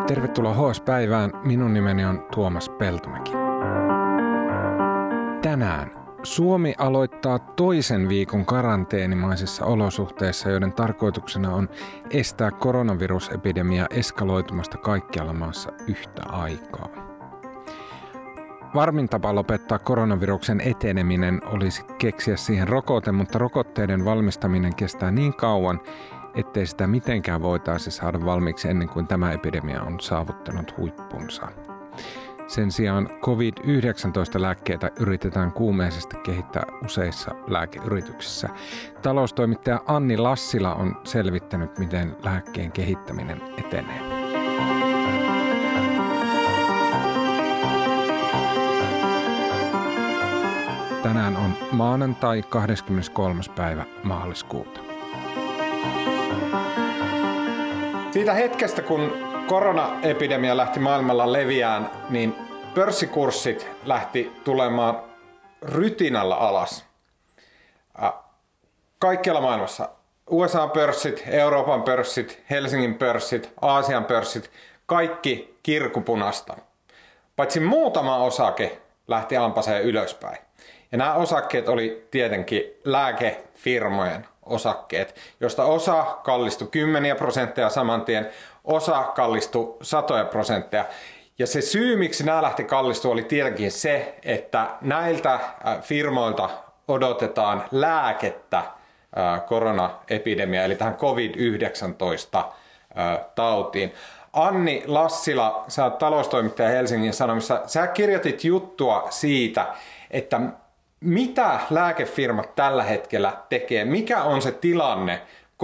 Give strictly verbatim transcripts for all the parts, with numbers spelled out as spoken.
Tervetuloa H S-päivään. Minun nimeni on Tuomas Peltomäki. Tänään Suomi aloittaa toisen viikon karanteenimaisissa olosuhteissa, joiden tarkoituksena on estää koronavirusepidemia eskaloitumasta kaikkialla maassa yhtä aikaa. Varmin tapa lopettaa koronaviruksen eteneminen olisi keksiä siihen rokote, mutta rokotteiden valmistaminen kestää niin kauan, ettei sitä mitenkään voitaisi saada valmiiksi ennen kuin tämä epidemia on saavuttanut huippunsa. Sen sijaan covid yhdeksäntoista-lääkkeitä yritetään kuumeisesti kehittää useissa lääkeyrityksissä. Taloustoimittaja Anni Lassila on selvittänyt, miten lääkkeen kehittäminen etenee. Tänään on maanantai kahdeskymmeneskolmas päivä maaliskuuta. Siitä hetkestä, kun koronaepidemia lähti maailmalla leviään, niin pörssikurssit lähti tulemaan rytinällä alas. Kaikkialla maailmassa. U S A-pörssit, Euroopan pörssit, Helsingin pörssit, Aasian pörssit, kaikki kirkupunasta. Paitsi muutama osake lähti ampaseen ylöspäin. Ja nämä osakkeet oli tietenkin lääkefirmojen osakkeet, josta osa kallistui kymmeniä prosentteja saman tien, osa kallistui satoja prosentteja. Ja se syy, miksi nämä lähti kallistua, oli tietenkin se, että näiltä firmoilta odotetaan lääkettä koronaepidemia, eli tähän covid yhdeksäntoista tautiin. Anni Lassila, sä oot taloustoimittaja Helsingin Sanomissa, sä kirjoitit juttua siitä, että mitä lääkefirmat tällä hetkellä tekee? Mikä on se tilanne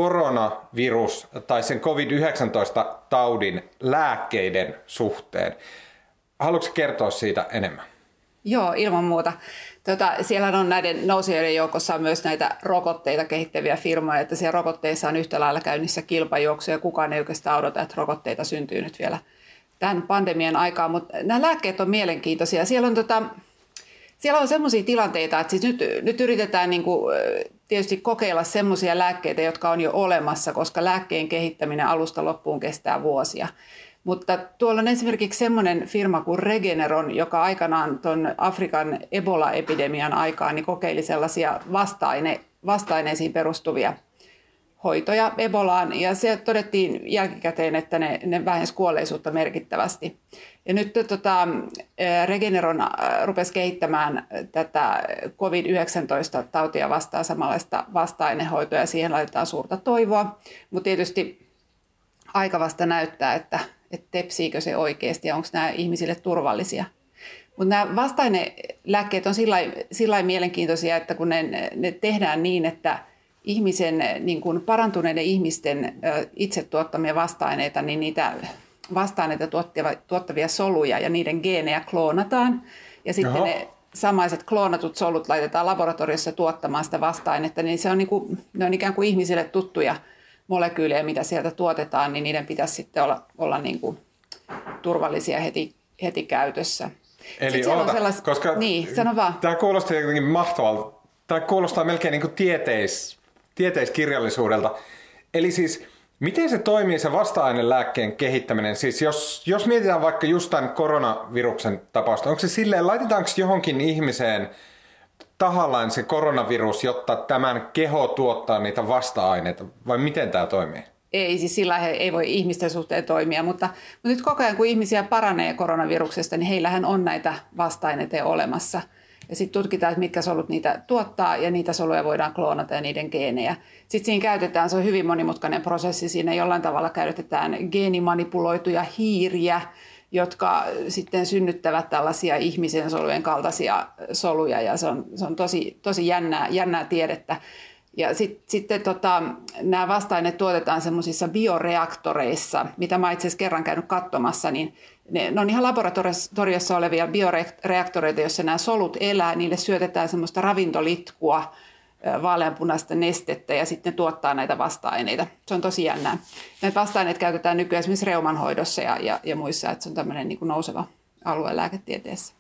koronavirus tai sen covid yhdeksäntoista taudin lääkkeiden suhteen? Haluatko kertoa siitä enemmän? Joo, ilman muuta. Tota, siellä on näiden nousijoiden joukossa myös näitä rokotteita kehittäviä firmoja, että siellä rokotteissa on yhtä lailla käynnissä kilpajuoksu ja kukaan ei oikeastaan odota, että rokotteita syntyy nyt vielä tämän pandemian aikaan, mutta nämä lääkkeet on mielenkiintoisia. Siellä on tota, Siellä on sellaisia tilanteita, että siis nyt, nyt yritetään niin kuin tietysti kokeilla sellaisia lääkkeitä, jotka on jo olemassa, koska lääkkeen kehittäminen alusta loppuun kestää vuosia. Mutta tuolla on esimerkiksi semmoinen firma kuin Regeneron, joka aikanaan tuon Afrikan Ebola-epidemian aikaan niin kokeili sellaisia vasta-aine, vasta-aineisiin perustuvia hoitoja Ebolaan, ja se todettiin jälkikäteen, että ne, ne vähensi kuolleisuutta merkittävästi. Ja nyt tota, Regeneron rupesi kehittämään tätä covid yhdeksäntoista tautia vastaan samanlaista vasta-ainehoitoa, ja siihen laitetaan suurta toivoa, mutta tietysti aika vasta näyttää, että, että tepsiikö se oikeasti ja onko nämä ihmisille turvallisia. Mutta nämä vasta-ainelääkkeet on sillä lailla mielenkiintoisia, että kun ne, ne tehdään niin, että ihmisen, niin kuin parantuneiden ihmisten itse tuottamia vasta-aineita, niin niitä vasta-aineita tuottavia soluja ja niiden geenejä kloonataan. Ja sitten Jaha. ne samaiset kloonatut solut laitetaan laboratoriossa tuottamaan sitä vasta-ainetta, niin se on, niin kuin, ne on ikään kuin ihmisille tuttuja molekyylejä, mitä sieltä tuotetaan, niin niiden pitäisi sitten olla, olla niin kuin turvallisia heti, heti käytössä. Eli oota, sellas... koska niin, sano vaan. Tämä kuulostaa jotenkin mahtavalta. Tämä kuulostaa melkein niin kuin tieteis, tieteiskirjallisuudelta. Eli siis, miten se toimii se vasta-ainelääkkeen kehittäminen? Siis jos, jos mietitään vaikka just tämän koronaviruksen tapausta, onko se silleen, laitetaanko johonkin ihmiseen tahallaan se koronavirus, jotta tämän keho tuottaa niitä vasta-aineita? Vai miten tämä toimii? Ei, siis sillä ei voi ihmisten suhteen toimia, mutta, mutta nyt koko ajan kun ihmisiä paranee koronaviruksesta, niin heillähän on näitä vasta-aineita olemassa. Ja sitten tutkitaan, että mitkä solut niitä tuottaa, ja niitä soluja voidaan kloonata ja niiden geenejä. Sitten siinä käytetään, se on hyvin monimutkainen prosessi, siinä jollain tavalla käytetään geenimanipuloituja hiiriä, jotka sitten synnyttävät tällaisia ihmisen solujen kaltaisia soluja, ja se on, se on tosi, tosi jännää, jännää tiedettä. Ja sit, sitten tota, nämä vasta-aineet tuotetaan semmoisissa bioreaktoreissa, mitä mä itse asiassa kerran käynyt katsomassa, niin ne, ne on ihan laboratoriossa olevia bioreaktoreita, joissa nämä solut elää, niille syötetään semmoista ravintolitkua, vaaleanpunaista nestettä ja sitten tuottaa näitä vasta-aineita. Se on tosi jännää. Näitä vasta-aineita käytetään nykyään esimerkiksi reumanhoidossa ja, ja, ja muissa, että se on tämmöinen niin kuin nouseva alue lääketieteessä.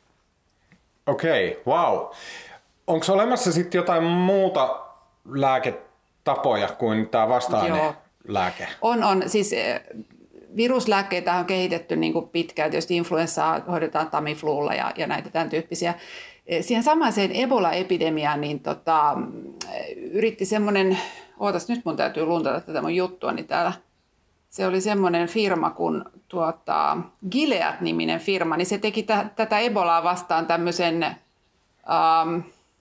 Okei, okay, wow. Onko olemassa sitten jotain muuta lääketapoja kuin tämä vasta-ainelääke? On, on. Siis viruslääkkeitä on kehitetty niin kuin pitkään. Tietysti influenssaa hoidetaan Tamiflulla ja, ja näitä tämän tyyppisiä. Siihen samaiseen Ebola-epidemiaan niin tota, yritti semmoinen, ootas nyt mun täytyy luntata tätä mun juttuani täällä. Se oli semmoinen firma kuin tuota, Gilead-niminen firma, niin se teki t- tätä Ebolaa vastaan tämmöisen, ähm,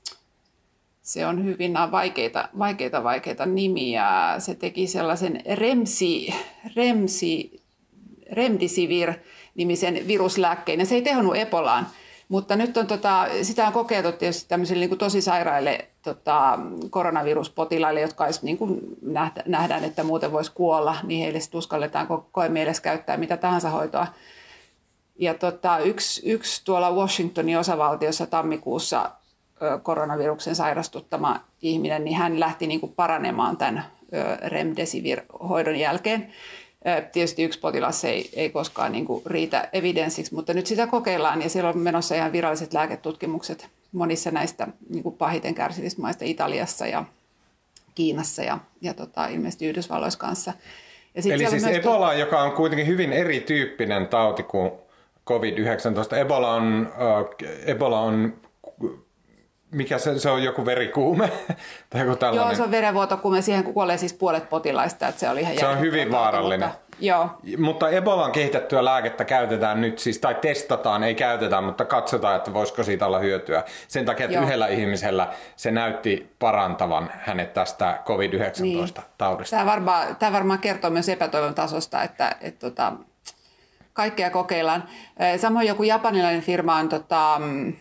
se on hyvin vaikeita, vaikeita, vaikeita nimiä. Se teki sellaisen Remsi, Remsi, Remdesivir-nimisen viruslääkkeen, ja se ei tehonnut Ebolaan. Mutta nyt on, tota, sitä on kokeiltu tietysti tämmöisille niin kuin tosi sairaille tota, koronaviruspotilaille, jotka olisi, niin kuin nähdään, että muuten voisi kuolla, niin heille uskalletaan koemielessä käyttää mitä tahansa hoitoa. Ja tota, yksi, yksi tuolla Washingtonin osavaltiossa tammikuussa ö, koronaviruksen sairastuttama ihminen, niin hän lähti niin kuin paranemaan tämän ö, Remdesivir-hoidon jälkeen. Tietysti yksi potilas ei, ei koskaan niin kuin riitä evidenssiksi, mutta nyt sitä kokeillaan ja siellä on menossa ihan viralliset lääketutkimukset monissa näistä niin kuin pahiten kärsivistä maista Italiassa ja Kiinassa ja, ja tota, ilmeisesti Yhdysvalloissa kanssa. Ja eli siis Ebola, to... joka on kuitenkin hyvin erityyppinen tauti kuin covid yhdeksäntoista. Ebola on, äh, Ebola on mikä se, se on joku verikuume? tai joku tällainen. Joo, se on verenvuotokuume. Siihen kuolee siis puolet potilaista. Että se oli ihan se on hyvin vaarallinen. Mutta, joo. mutta Ebolan kehitettyä lääkettä käytetään nyt, siis, tai testataan, ei käytetä, mutta katsotaan, että voisiko siitä olla hyötyä. Sen takia, että joo. yhdellä ihmisellä se näytti parantavan hänet tästä covid yhdeksäntoista-taudista. Niin. Tämä, varmaan, tämä varmaan kertoo myös epätoivon tasosta, että, että tota, kaikkea kokeillaan. Samoin joku japanilainen firma on... Tota,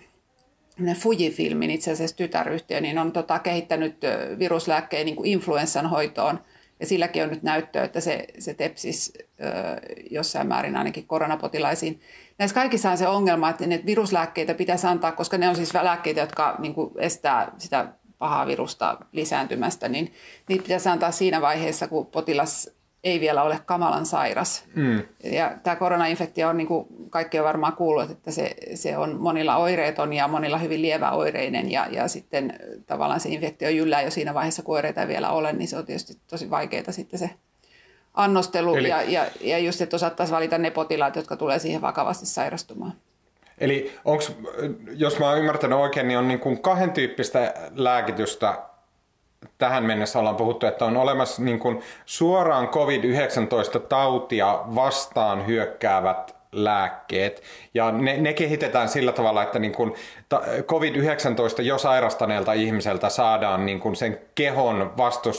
Fujifilmin itse asiassa tytäryhtiö, niin on tota, kehittänyt viruslääkkeen niin kuin influenssan hoitoon. Ja silläkin on nyt näyttöä, että se, se tepsisi ö, jossain määrin ainakin koronapotilaisiin. Näissä kaikissa on se ongelma, että ne viruslääkkeitä pitäisi antaa, koska ne on siis lääkkeitä, jotka niin kuin estää sitä pahaa virusta lisääntymästä. Niin niitä pitäisi antaa siinä vaiheessa, kun potilas ei vielä ole kamalan sairas. Mm. Ja tämä koronainfektio on, niin kuin kaikki on varmaan kuullut, että se, se on monilla oireeton ja monilla hyvin lieväoireinen. Ja, ja sitten tavallaan se infektio jyllää jo siinä vaiheessa, kun oireita ei vielä ole, niin se on tietysti tosi vaikeaa sitten se annostelu. Eli... Ja, ja, ja just, että osattaisiin valita ne potilaat, jotka tulee siihen vakavasti sairastumaan. Eli onks, jos mä oon ymmärtänyt oikein, niin on niin kuin kahden tyyppistä lääkitystä. Tähän mennessä ollaan puhuttu, että on olemassa niin kuin suoraan covid yhdeksäntoista-tautia vastaan hyökkäävät lääkkeet. Ja ne, ne kehitetään sillä tavalla, että niin kuin covid yhdeksäntoista jo sairastaneelta ihmiseltä saadaan niin kuin sen kehon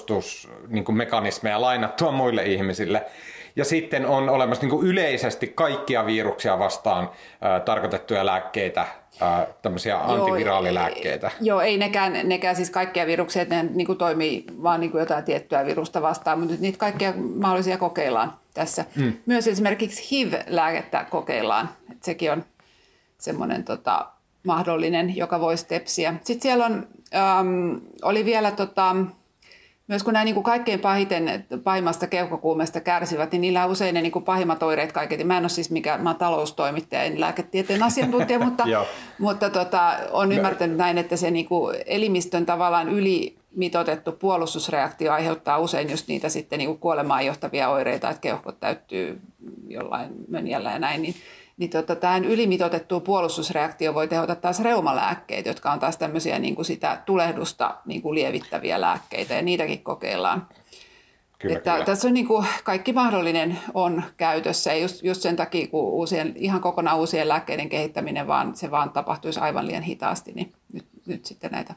vastustusmekanismeja niin lainattua muille ihmisille. Ja sitten on olemassa niin kuin yleisesti kaikkia viruksia vastaan ää, tarkoitettuja lääkkeitä, ää, tämmöisiä antiviraalilääkkeitä. Joo, ei nekään, nekään siis kaikkia viruksia, ne niin kuin toimii vaan niin kuin jotain tiettyä virusta vastaan, mutta niitä kaikkia mahdollisia kokeillaan tässä. Mm. Myös esimerkiksi H I V-lääkettä kokeillaan, että sekin on semmoinen tota, mahdollinen, joka voisi tepsiä. Sitten siellä on, äm, oli vielä... Tota, Myös kun nämä niin kuin kaikkein pahiten pahimmasta keuhkokuumesta kärsivät, niin niillä on usein ne niin kuin pahimmat oireet kaiket. Mä en ole siis mikään, mä olen taloustoimittaja, en lääketieteen asiantuntija, mutta, mutta tota, on ymmärtänyt näin, että se niin kuin elimistön tavallaan ylimitoitettu puolustusreaktio aiheuttaa usein just niitä sitten niin kuin kuolemaan johtavia oireita, että keuhkot täyttyy jollain mönjällä ja näin, niin Niin tota, tähän ylimitoitettuun puolustusreaktio voi tehota taas reumalääkkeet, jotka on taas tämmöisiä niin kuin sitä tulehdusta niin kuin lievittäviä lääkkeitä, ja niitäkin kokeillaan. Kyllä, että kyllä. Tässä on niin kuin kaikki mahdollinen on käytössä, ja just, just sen takia, kun uusien, ihan kokonaan uusien lääkkeiden kehittäminen, vaan se vaan tapahtuisi aivan liian hitaasti, niin nyt, nyt sitten näitä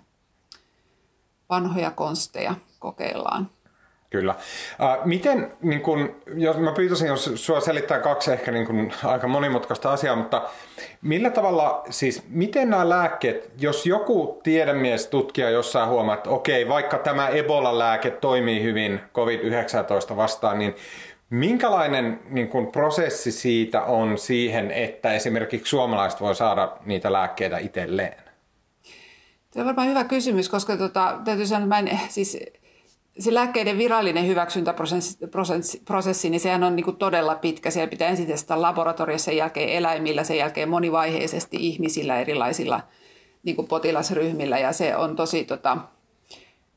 vanhoja konsteja kokeillaan. Kyllä. Äh, miten, niin kun, jos mä pyytäisin, jos sua selittää kaksi ehkä niin kun, aika monimutkaista asiaa, mutta millä tavalla, siis miten nämä lääkkeet, jos joku tiedemies, tutkija jossain huomaa, että okei, vaikka tämä Ebola-lääke toimii hyvin covid yhdeksäntoista vastaan, niin minkälainen niin kun, prosessi siitä on siihen, että esimerkiksi suomalaiset voi saada niitä lääkkeitä itselleen? Tämä on varmaan hyvä kysymys, koska tota, täytyy sanoa, että mä en, siis... Se lääkkeiden virallinen hyväksyntäprosessi, niin sehän on niin kuin todella pitkä. Siellä pitää ensin testata laboratoriossa, sen jälkeen eläimillä, sen jälkeen monivaiheisesti ihmisillä erilaisilla niin kuin potilasryhmillä. Ja se on tosi, tota,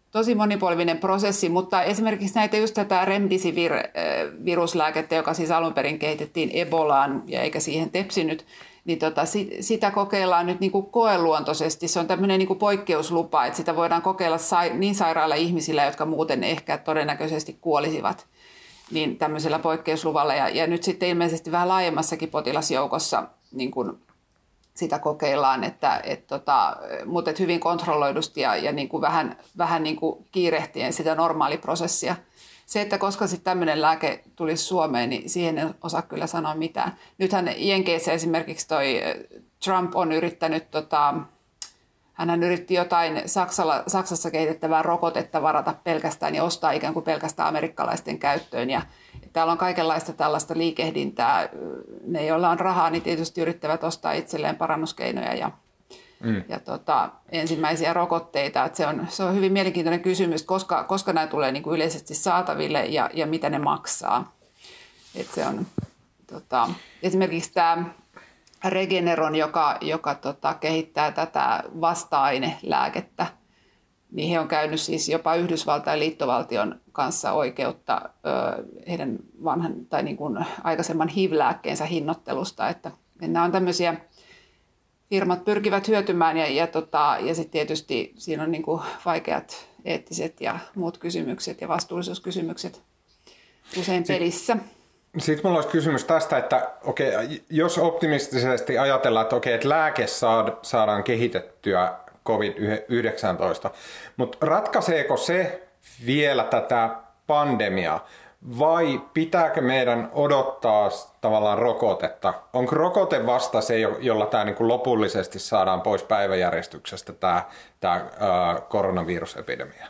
tosi monipuolinen prosessi, mutta esimerkiksi näitä just tätä Remdesivir-viruslääkettä, joka siis alun perin kehitettiin Ebolaan ja eikä siihen tepsinyt, niin tota, sitä kokeillaan nyt niin kuin koeluontoisesti. Se on tämmöinen niin kuin poikkeuslupa, että sitä voidaan kokeilla niin sairailla ihmisillä, jotka muuten ehkä todennäköisesti kuolisivat, niin tämmöisellä poikkeusluvalla. Ja, ja nyt sitten ilmeisesti vähän laajemmassakin potilasjoukossa niin kuin sitä kokeillaan, että, et tota, mutta et hyvin kontrolloidusti ja, ja niin kuin vähän, vähän niin kuin kiirehtien sitä normaaliprosessia. Se, että koska sitten tämmöinen lääke tulisi Suomeen, niin siihen en osaa kyllä sanoa mitään. Nythän Jenkeissä esimerkiksi toi Trump on yrittänyt, tota, hän yritti jotain Saksalla, Saksassa kehitettävää rokotetta varata pelkästään ja ostaa ikään kuin pelkästään amerikkalaisten käyttöön. Ja täällä on kaikenlaista tällaista liikehdintää. Ne, joilla on rahaa, niin tietysti yrittävät ostaa itselleen parannuskeinoja ja Mm. ja tota, ensimmäisiä rokotteita. Että se, on, se on hyvin mielenkiintoinen kysymys, koska, koska nämä tulee niin kuin yleisesti saataville ja, ja mitä ne maksaa. Et se on, tota, esimerkiksi tämä Regeneron, joka, joka tota, kehittää tätä vasta-ainelääkettä, niin he on käynyt siis jopa Yhdysvaltain liittovaltion kanssa oikeutta ö, heidän vanhan tai niin kuin aikaisemman H I V-lääkkeensä hinnoittelusta. Että, että nämä on tämmöisiä firmat pyrkivät hyötymään ja, ja, tota, ja sitten tietysti siinä on niin kuin vaikeat eettiset ja muut kysymykset ja vastuullisuuskysymykset usein pelissä. Sitten minulla olisi kysymys tästä, että okei, jos optimistisesti ajatellaan, että okei, että lääke saadaan kehitettyä covid yhdeksäntoista, mutta ratkaiseeko se vielä tätä pandemiaa? Vai pitääkö meidän odottaa tavallaan rokotetta? Onko rokote vasta se, jolla tämä niin kuin lopullisesti saadaan pois päiväjärjestyksestä, tämä, tämä äh, koronavirusepidemia?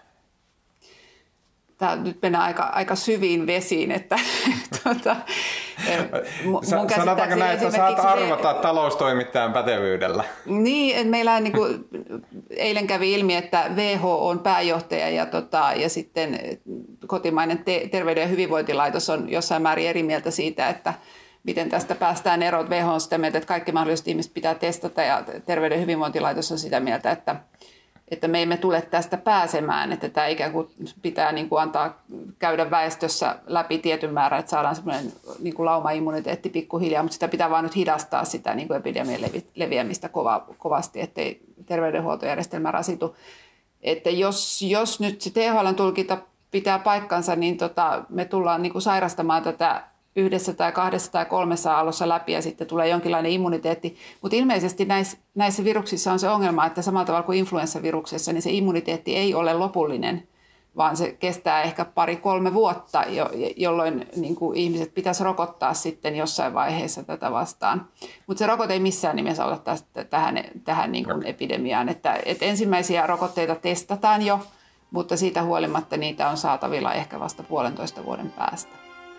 Tämä nyt mennään aika, aika syviin vesiin, että tuota, mun sanotaanko näin, että saat arvata me... taloustoimittajan pätevyydellä? Niin, että meillä niin kuin, eilen kävi ilmi, että W H O on pääjohtaja ja, tota, ja sitten kotimainen te- terveyden ja hyvinvointilaitos on jossain määrin eri mieltä siitä, että miten tästä päästään eroon. W H O on sitä mieltä, että kaikki mahdolliset ihmiset pitää testata ja terveyden ja hyvinvointilaitos on sitä mieltä, että että me emme tule tästä pääsemään, että tämä ikään kuin pitää niin kuin antaa käydä väestössä läpi tietyn määrän, että saadaan semmoinen niin kuin laumaimmuniteetti pikkuhiljaa, mutta sitä pitää vaan nyt hidastaa sitä niin kuin epidemian leviämistä kova, kovasti, ettei terveydenhuoltojärjestelmä rasitu. Että jos, jos nyt se T H L:n tulkinta pitää paikkansa, niin tota, me tullaan niin kuin sairastamaan tätä yhdessä tai kahdessa tai kolmessa aallossa läpi ja sitten tulee jonkinlainen immuniteetti. Mutta ilmeisesti näissä, näissä viruksissa on se ongelma, että samalla tavalla kuin influenssaviruksessa, niin se immuniteetti ei ole lopullinen, vaan se kestää ehkä pari-kolme vuotta, jo, jolloin niin kuin ihmiset pitäisi rokottaa sitten jossain vaiheessa tätä vastaan. Mutta se rokote ei missään nimessä ole tästä, tähän, tähän niin kuin epidemiaan. Että, että ensimmäisiä rokotteita testataan jo, mutta siitä huolimatta niitä on saatavilla ehkä vasta puolentoista vuoden päästä.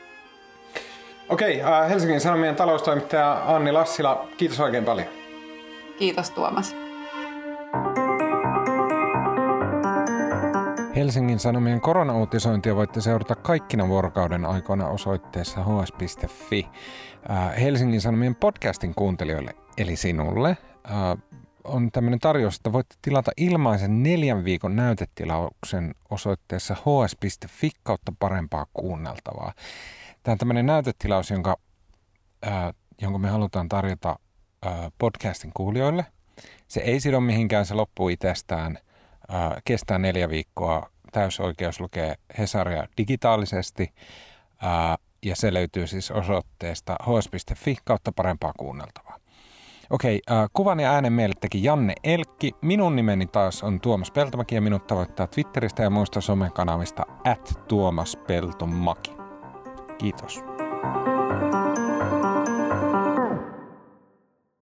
Okei, äh, Helsingin Sanomien taloustoimittaja Anni Lassila, kiitos oikein paljon. Kiitos Tuomas. Helsingin Sanomien koronauutisointia voitte seurata kaikkina vuorokauden aikoina osoitteessa h s piste f i. Äh, Helsingin Sanomien podcastin kuuntelijoille, eli sinulle, äh, on tämmöinen tarjous, että voitte tilata ilmaisen neljän viikon näytetilauksen osoitteessa h s piste f i kautta parempaa kuunneltavaa. Tämä on tämmöinen näytetilaus, jonka, äh, jonka me halutaan tarjota äh, podcastin kuulijoille. Se ei sido mihinkään, se loppuu itsestään, äh, kestää neljä viikkoa, täysoikeus lukee Hesaria digitaalisesti äh, ja se löytyy siis osoitteesta h s piste f i kautta parempaa kuunneltavaa. Okei, äh, kuvan ja äänen meille teki Janne Elkki. Minun nimeni taas on Tuomas Peltomäki ja minut tavoittaa Twitteristä ja muista somekanavista at Tuomas Peltomaki. Kiitos.